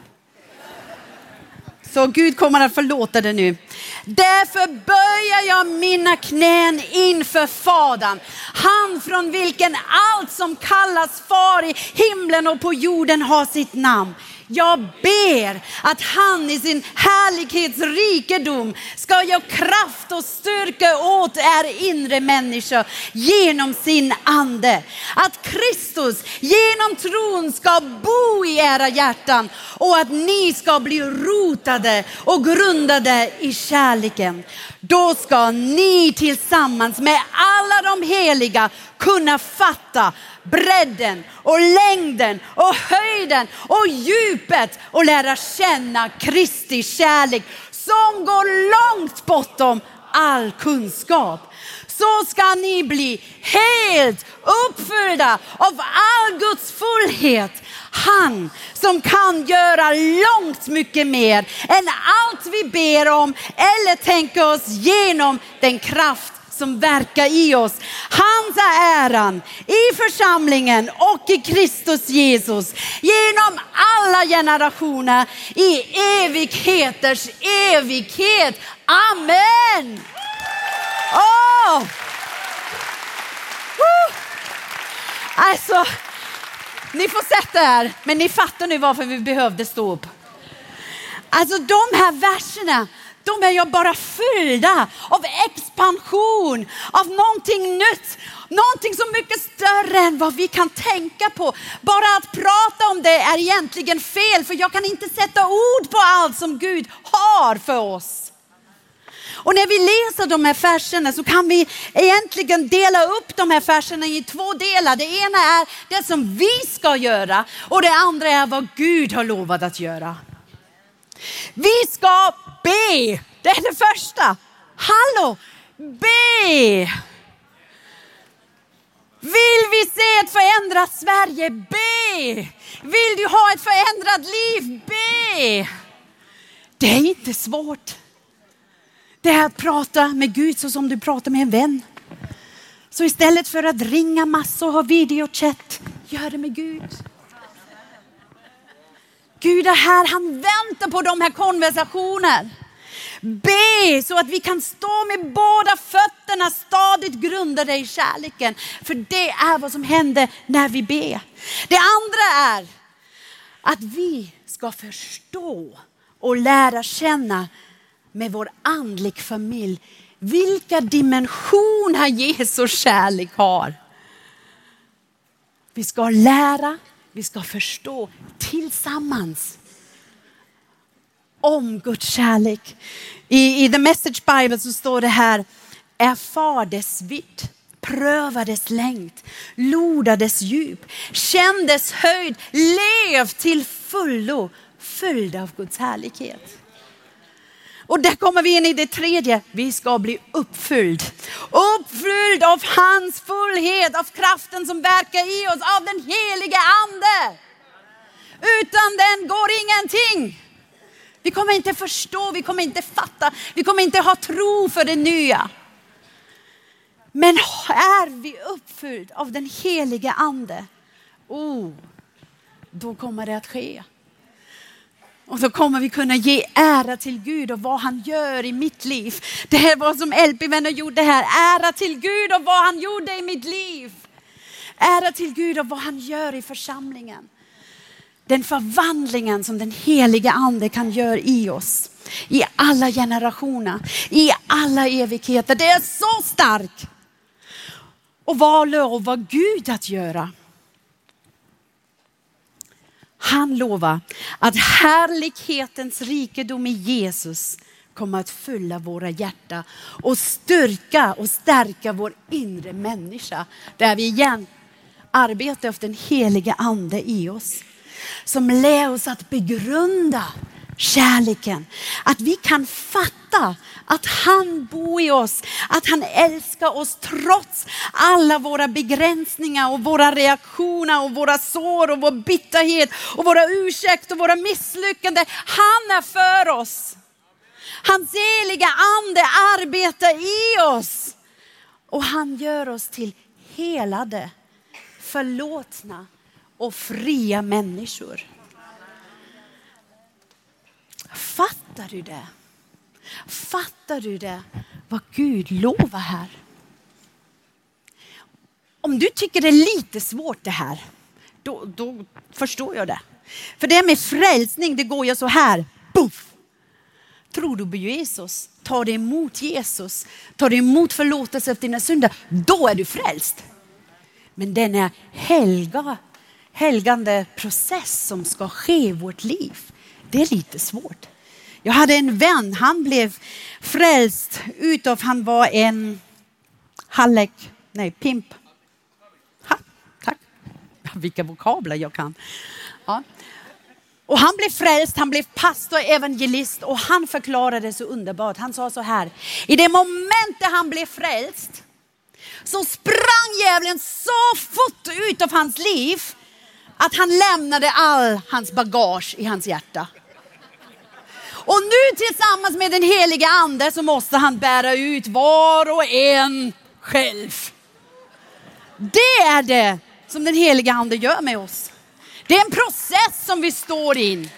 Så Gud kommer att förlåta det nu. Därför böjer jag mina knän inför Fadern. Han från vilken allt som kallas far i himlen och på jorden har sitt namn. Jag ber att han i sin härlighetsrikedom ska ge kraft och styrka åt er inre människor genom sin ande. Att Kristus genom tron ska bo i era hjärtan och att ni ska bli rotade och grundade i kärleken. Då ska ni tillsammans med alla de heliga kunna fatta bredden och längden och höjden och djupet och lära känna Kristi kärlek som går långt bortom all kunskap. Så ska ni bli helt uppfyllda av all Guds fullhet. Han som kan göra långt mycket mer än allt vi ber om eller tänker oss genom den kraft som verkar i oss. Hans är äran i församlingen och i Kristus Jesus genom alla generationer i evigheters evighet. Amen. Alltså, ni får sätta här, men ni fattar nu varför vi behövde stå upp. Alltså de här verserna, de är ju bara fyllda av expansion, av någonting nytt. Någonting så mycket större än vad vi kan tänka på. Bara att prata om det är egentligen fel, för jag kan inte sätta ord på allt som Gud har för oss. Och när vi läser de här verserna så kan vi egentligen dela upp de här verserna i två delar. Det ena är det som vi ska göra och det andra är vad Gud har lovat att göra. Vi ska be. Det är det första. Hallå, be. Vill vi se ett förändrat Sverige? Be. Vill du ha ett förändrat liv? Be. Det är inte svårt. Det är att prata med Gud så som du pratar med en vän. Så istället för att ringa massor och ha videochatt, gör det med Gud. Gud är här, han väntar på de här konversationerna. Be så att vi kan stå med båda fötterna stadigt grundade i kärleken. För det är vad som händer när vi ber. Det andra är att vi ska förstå och lära känna med vår andlig familj vilka dimensioner Jesu kärlek har. Vi ska lära, vi ska förstå tillsammans om Guds kärlek. I The Message Bible så står det här: erfar dess vidd, pröva dess längd, loda dess djup, känn dess höjd, lev till fullo, följd av Guds härlighet. Och där kommer vi in i det tredje. Vi ska bli uppfylld. Uppfylld av hans fullhet, av kraften som verkar i oss, av den heliga ande. Utan den går ingenting. Vi kommer inte förstå, vi kommer inte fatta, vi kommer inte ha tro för det nya. Men är vi uppfylld av den heliga ande, då kommer det att ske. Och så kommer vi kunna ge ära till Gud och vad han gör i mitt liv. Det här var som LP-vänner gjorde här. Ära till Gud och vad han gjorde i mitt liv. Ära till Gud och vad han gör i församlingen. Den förvandlingen som den heliga ande kan göra i oss. I alla generationer. I alla evigheter. Det är så starkt. Och vad lovar Gud att göra? Han lovar att härlighetens rikedom i Jesus kommer att fylla våra hjärtan och styrka och stärka vår inre människa. Där vi igen arbetar efter den heliga ande i oss. Som lär oss att begrunda kärleken. Att vi kan fatta att han bor i oss. Att han älskar oss trots alla våra begränsningar och våra reaktioner och våra sår och vår bitterhet och våra ursäkter och våra misslyckanden. Han är för oss. Hans heliga ande arbetar i oss. Och han gör oss till helade, förlåtna och fria människor. Fattar du det? Fattar du det? Vad Gud lovar här. Om du tycker det är lite svårt det här, då förstår jag det. För det med frälsning, det går ju så här. Puff! Tror du på Jesus? Tar du emot Jesus? Tar du emot förlåtelse för dina synder? Då är du frälst. Men den är helgande process som ska ske i vårt liv. Det är lite svårt. Jag hade en vän, han blev frälst utav, han var en pimp. Tack. Vilka vokabler jag kan. Ja. Och han blev frälst, han blev pastor, evangelist och han förklarade så underbart. Han sa så här: i det momentet han blev frälst så sprang djävulen så fort ut av hans liv. att han lämnade all hans bagage i hans hjärta. Och nu tillsammans med den heliga ande så måste han bära ut var och en själv. Det är det som den heliga ande gör med oss. Det är en process som vi står in.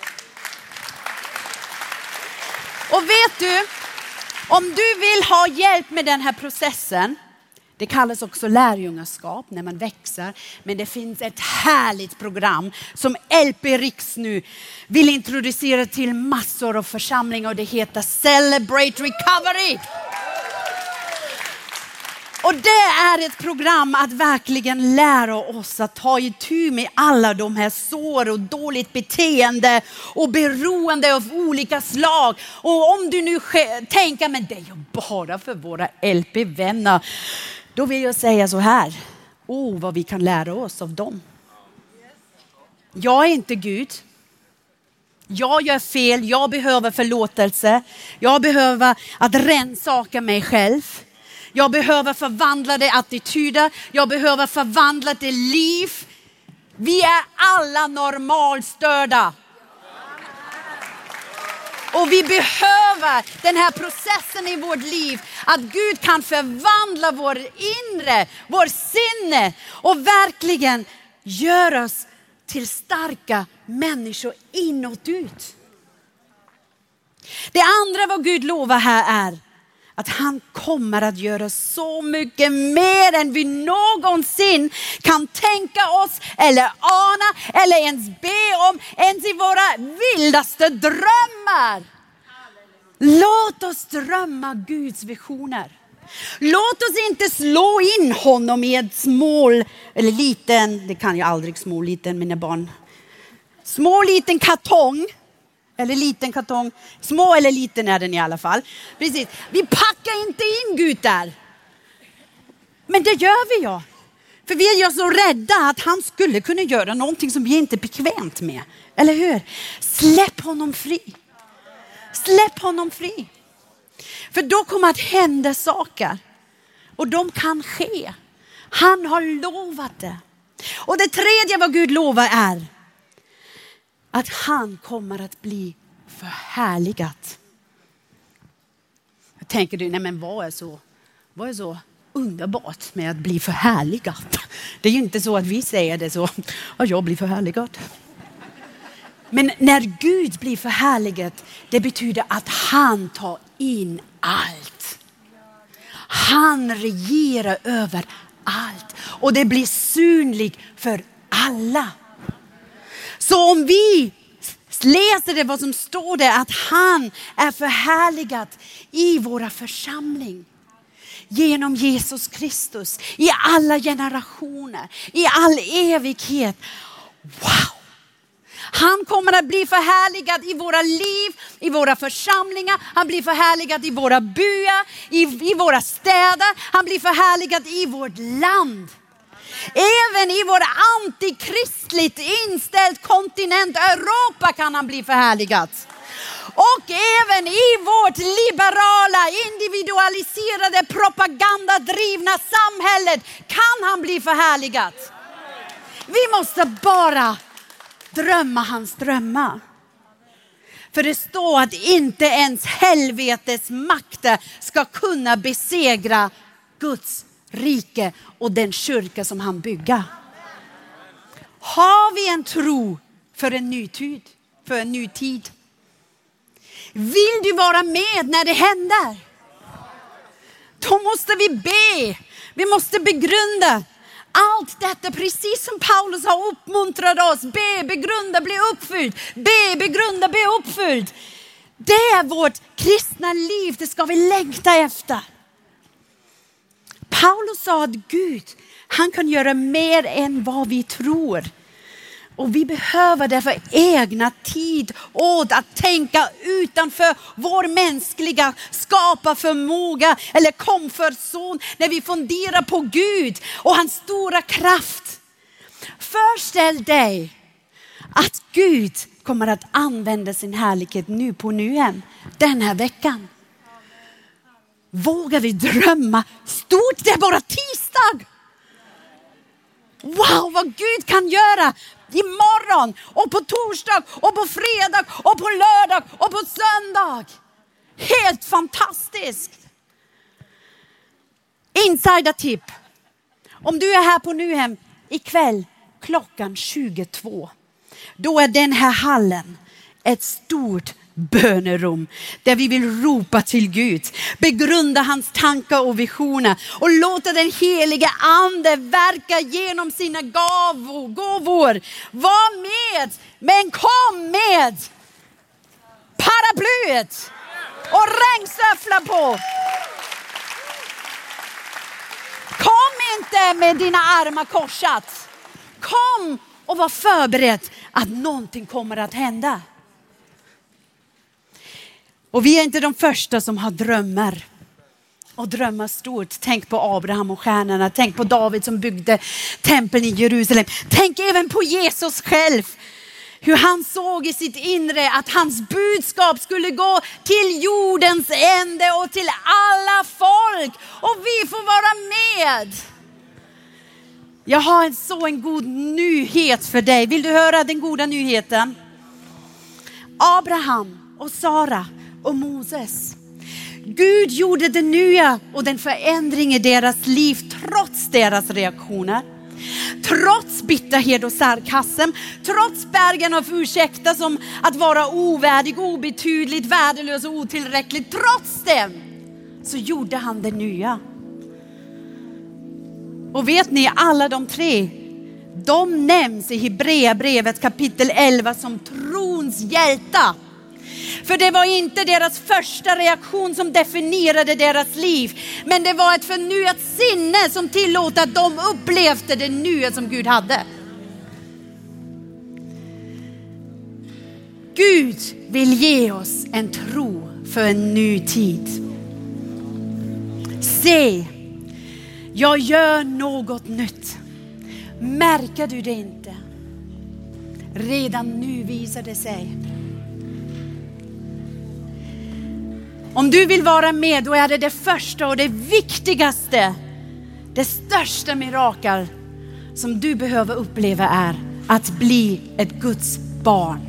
Och vet du, om du vill ha hjälp med den här processen, det kallas också lärjungaskap när man växer. Men det finns ett härligt program som LP Riks nu vill introducera till massor av församlingar. Och det heter Celebrate Recovery. Och det är ett program att verkligen lära oss att ta itu med alla de här sår och dåligt beteende och beroende av olika slag. Och om du nu tänker, men det är ju bara för våra LP-vänner. Då vill jag säga så här. Vad vi kan lära oss av dem. Jag är inte Gud. Jag gör fel. Jag behöver förlåtelse. Jag behöver att rensaka mig själv. Jag behöver förvandlade attityder. Jag behöver förvandlade liv. Vi är alla normalstörda. Och vi behöver den här processen i vårt liv. Att Gud kan förvandla vår inre, vår sinne. Och verkligen göra oss till starka människor inåt ut. Det andra vad Gud lovar här är att han kommer att göra så mycket mer än vi någonsin kan tänka oss eller ana eller ens be om, ens i våra vildaste drömmar. Låt oss drömma Guds visioner. Låt oss inte slå in honom i ett smål eller liten, det kan jag aldrig små liten mina barn. Små liten kartong. Eller liten kartong. Små eller liten är den i alla fall. Precis. Vi packar inte in Gud där. Men det gör vi ju. För vi är ju så rädda att han skulle kunna göra någonting som vi inte är bekvämt med. Eller hur? Släpp honom fri. Släpp honom fri. För då kommer att hända saker. Och de kan ske. Han har lovat det. Och det tredje vad Gud lovar är att han kommer att bli förhärligat. Jag tänker du, nej men vad är så underbart med att bli förhärligat? Det är ju inte så att vi säger det så, jag blir förhärligad. Men när Gud blir förhärligad, det betyder att han tar in allt. Han regerar över allt. Och det blir synligt för alla. Så om vi läser det vad som står där, att han är förhärligad i våra församling. Genom Jesus Kristus. I alla generationer. I all evighet. Wow! Han kommer att bli förhärligad i våra liv, i våra församlingar. Han blir förhärligad i våra byar, i våra städer. Han blir förhärligad i vårt land. Även i vår antikristligt inställd kontinent Europa kan han bli förhärligad. Och även i vårt liberala, individualiserade, propagandadrivna samhället kan han bli förhärligad. Vi måste bara drömma hans drömmar. För det står att inte ens helvetets makter ska kunna besegra Guds rike och den kyrka som han bygger. Har vi en tro för en ny tid? För en ny tid? Vill du vara med när det händer? Då måste vi be. Vi måste begrunda allt detta, precis som Paulus har uppmuntrat oss. Be, begrunda, bli uppfylld. Be, begrunda, bli uppfylld. Det är vårt kristna liv. Det ska vi längta efter. Paulus sa att Gud, han kan göra mer än vad vi tror. Och vi behöver därför egna tid åt att tänka utanför vår mänskliga skaparförmåga eller komfortzon. När vi funderar på Gud och hans stora kraft. Föreställ dig att Gud kommer att använda sin härlighet nu på Nyhem den här veckan. Vågar vi drömma stort? Det är bara tisdag. Wow, vad Gud kan göra imorgon och på torsdag och på fredag och på lördag och på söndag. Helt fantastiskt. Insider-tip. Om du är här på Nyhem ikväll klockan 22. Då är den här hallen ett stort bönerum där vi vill ropa till Gud, begrunda hans tankar och visioner och låta den heliga ande verka genom sina gåvor. Var med, men kom med paraplyet och regnstöfflar på. Kom inte med dina armar korsat. Kom och var förberedd att någonting kommer att hända. Och vi är inte de första som har drömmar. Och drömmar stort. Tänk på Abraham och stjärnorna. Tänk på David som byggde tempeln i Jerusalem. Tänk även på Jesus själv. Hur han såg i sitt inre att hans budskap skulle gå till jordens ände och till alla folk. Och vi får vara med. Jag har en god nyhet för dig. Vill du höra den goda nyheten? Abraham och Sara och Moses. Gud gjorde det nya och den förändring i deras liv trots deras reaktioner. Trots bitterhet och sarkasm. Trots bergen av ursäkter som att vara ovärdig, obetydligt, värdelös och otillräcklig. Trots dem så gjorde han det nya. Och vet ni, alla de tre, de nämns i Hebreerbrevet kapitel 11 som trons hjältar. För det var inte deras första reaktion som definierade deras liv. Men det var ett förnyat sinne som tillåter att de upplevde det nya som Gud hade. Gud vill ge oss en tro för en ny tid. Se, jag gör något nytt. Märker du det inte? Redan nu visar det sig. Om du vill vara med, då är det första och det viktigaste, det största mirakel som du behöver uppleva är att bli ett Guds barn.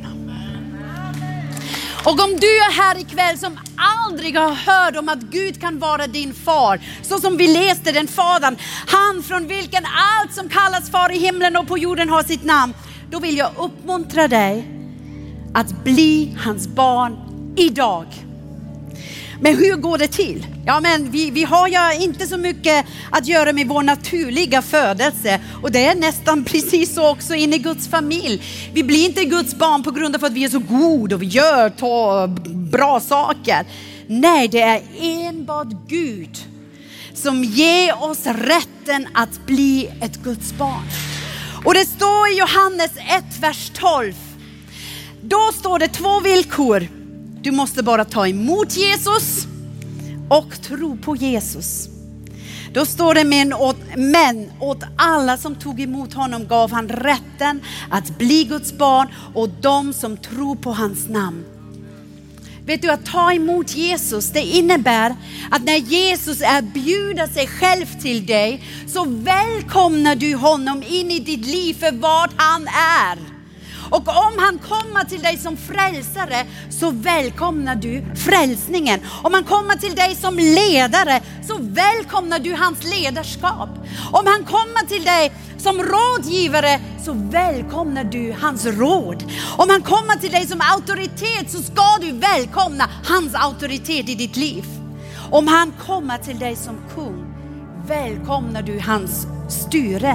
Och om du är här ikväll som aldrig har hört om att Gud kan vara din far, så som vi läste den fadern, han från vilken allt som kallas far i himlen och på jorden har sitt namn, då vill jag uppmuntra dig att bli hans barn idag. Men hur går det till? Ja, men vi har ju inte så mycket att göra med vår naturliga födelse. Och det är nästan precis så också in i Guds familj. Vi blir inte Guds barn på grund av att vi är så goda och vi gör bra saker. Nej, det är enbart Gud som ger oss rätten att bli ett Guds barn. Och det står i Johannes 1, vers 12. Då står det 2 villkor. Du måste bara ta emot Jesus och tro på Jesus. Då står det men åt alla som tog emot honom gav han rätten att bli Guds barn och de som tror på hans namn. Vet du, att ta emot Jesus, det innebär att när Jesus erbjuder sig själv till dig, så välkomnar du honom in i ditt liv för vad han är. Och om han kommer till dig som frälsare, så välkomnar du frälsningen. Om han kommer till dig som ledare, så välkomnar du hans ledarskap. Om han kommer till dig som rådgivare, så välkomnar du hans råd. Om han kommer till dig som auktoritet, så ska du välkomna hans auktoritet i ditt liv. Om han kommer till dig som kung, välkomnar du hans styre.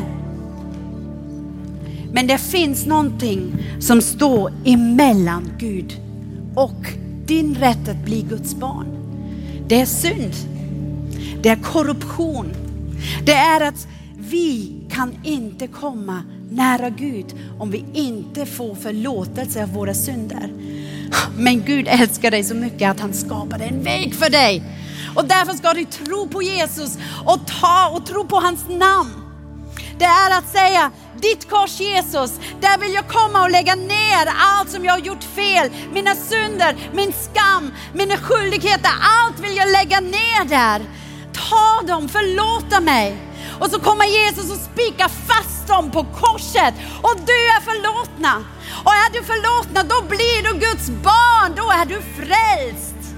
Men det finns någonting som står emellan Gud och din rätt att bli Guds barn. Det är synd. Det är korruption. Det är att vi kan inte komma nära Gud om vi inte får förlåtelse av våra synder. Men Gud älskar dig så mycket att han skapade en väg för dig. Och därför ska du tro på Jesus och tro på hans namn. Det är att säga: ditt kors Jesus, där vill jag komma och lägga ner allt som jag har gjort fel. Mina synder, min skam, mina skyldigheter, allt vill jag lägga ner där. Ta dem, förlåta mig. Och så kommer Jesus och spikar fast dem på korset. Och du är förlåtna. Och är du förlåtna, då blir du Guds barn. Då är du frälst.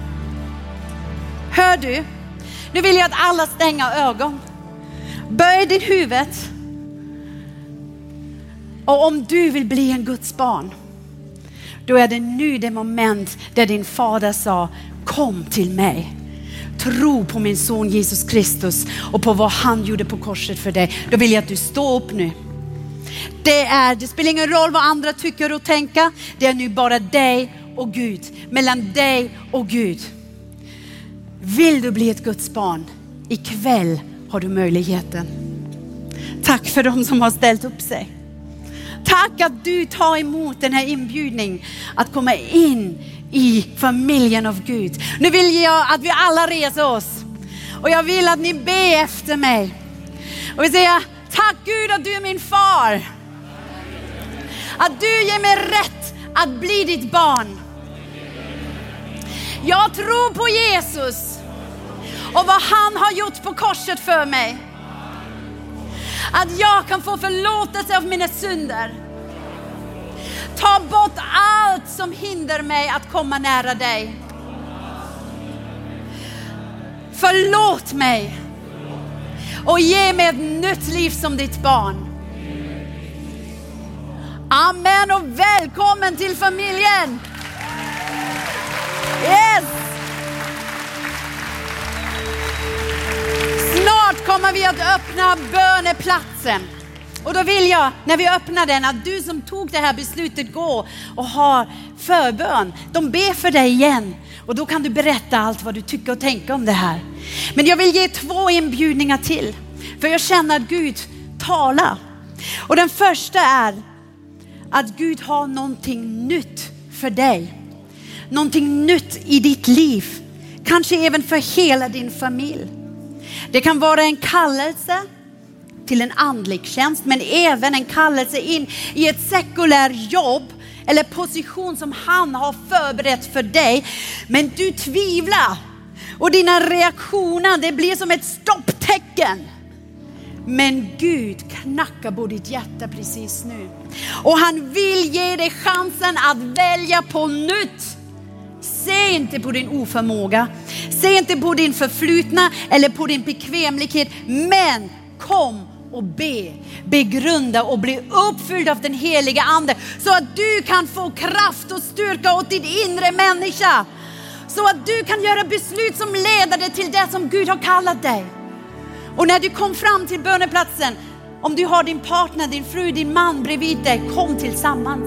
Hör du? Nu vill jag att alla stänger ögon. Böj din huvud. Och om du vill bli en Guds barn, då är det nu det moment där din fader sa: kom till mig. Tro på min son Jesus Kristus och på vad han gjorde på korset för dig. Då vill jag att du står upp nu. Det spelar ingen roll vad andra tycker och tänker. Det är nu bara dig och Gud. Mellan dig och Gud. Vill du bli ett Guds barn? Ikväll har du möjligheten. Tack för de som har ställt upp sig. Tack att du tar emot den här inbjudningen att komma in i familjen av Gud. Nu vill jag att vi alla reser oss. Och jag vill att ni ber efter mig. Och vi säger: tack Gud att du är min far. Att du ger mig rätt att bli ditt barn. Jag tror på Jesus och vad han har gjort på korset för mig. Att jag kan få förlåtelse av mina synder. Ta bort allt som hindrar mig att komma nära dig. Förlåt mig och ge mig ett nytt liv som ditt barn. Amen och välkommen till familjen. Yes! Snart kommer vi att öppna böneplatsen. Och då vill jag, när vi öppnar den, att du som tog det här beslutet gå och har förbön. De ber för dig igen. Och då kan du berätta allt vad du tycker och tänker om det här. Men jag vill ge 2 inbjudningar till. För jag känner att Gud talar. Och den första är att Gud har någonting nytt för dig. Någonting nytt i ditt liv. Kanske även för hela din familj. Det kan vara en kallelse till en andlig tjänst, men även en kallelse in i ett sekulär jobb eller position som han har förberett för dig. Men du tvivlar och dina reaktioner, det blir som ett stopptecken. Men Gud knackar på ditt hjärta precis nu. Och han vill ge dig chansen att välja på nytt. Se inte på din oförmåga. Se inte på din förflutna eller på din bekvämlighet. Men kom och begrunda och bli uppfylld av den heliga ande. Så att du kan få kraft och styrka åt din inre människa. Så att du kan göra beslut som leder dig till det som Gud har kallat dig. Och när du kom fram till böneplatsen, om du har din partner, din fru, din man bredvid dig, kom tillsammans.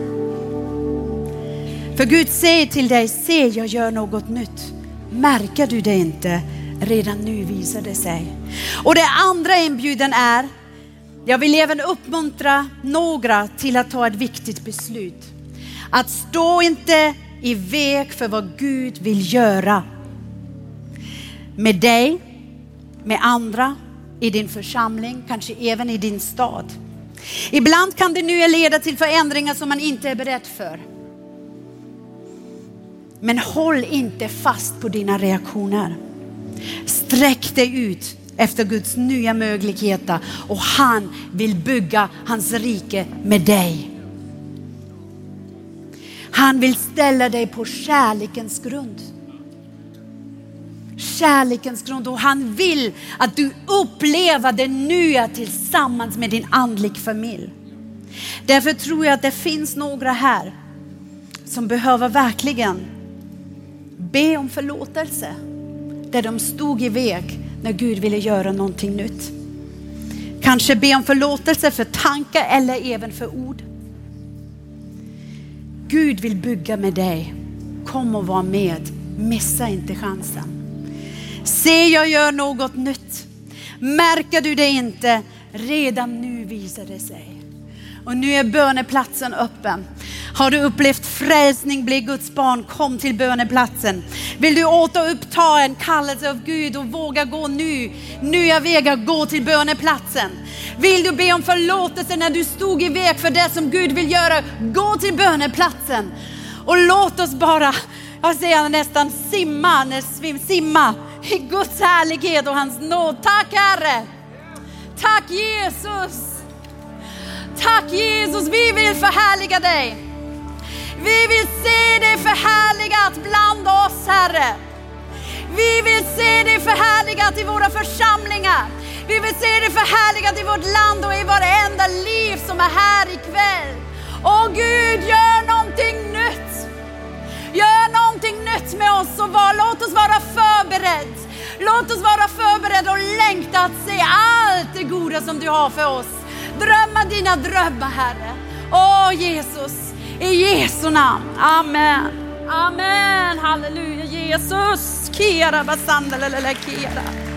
För Gud säger till dig: se, jag gör något nytt. Märker du det inte? Redan nu visar det sig. Och det andra inbjudan är, jag vill även uppmuntra några till att ta ett viktigt beslut. Att stå inte i väg för vad Gud vill göra. Med dig, med andra, i din församling, kanske även i din stad. Ibland kan det nu leda till förändringar som man inte är beredd för. Men håll inte fast på dina reaktioner. Sträck dig ut efter Guds nya möjligheter. Och han vill bygga hans rike med dig. Han vill ställa dig på kärlekens grund. Kärlekens grund. Och han vill att du upplever det nya tillsammans med din andlig familj. Därför tror jag att det finns några här som behöver verkligen be om förlåtelse. Där de stod i väg när Gud ville göra någonting nytt. Kanske be om förlåtelse för tankar eller även för ord. Gud vill bygga med dig. Kom och var med. Missa inte chansen. Se, jag gör något nytt. Märker du det inte? Redan nu visar det sig. Och nu är böneplatsen öppen. Har du upplevt frälsning, bli Guds barn, kom till böneplatsen. Vill du återuppta en kallelse av Gud och våga gå nu, nya vägar, gå till böneplatsen. Vill du be om förlåtelse när du stod i väg för det som Gud vill göra, gå till böneplatsen. Och låt oss bara, jag säger nästan simma i Guds härlighet och hans nåd. Tack Herre Tack Jesus. Tack Jesus, vi vill förhärliga dig. Vi vill se dig förhärligat bland oss, Herre. Vi vill se dig förhärligat i våra församlingar. Vi vill se dig förhärligat i vårt land och i varenda liv som är här ikväll. Åh Gud, gör någonting nytt. Gör någonting nytt med oss och låt oss vara förberedd. Låt oss vara förberedda och längta att se allt det goda som du har för oss. Drömma dina drömmar, Herre. Åh Jesus, i Jesu namn. Amen. Amen. Halleluja Jesus. Kera basandalele kera.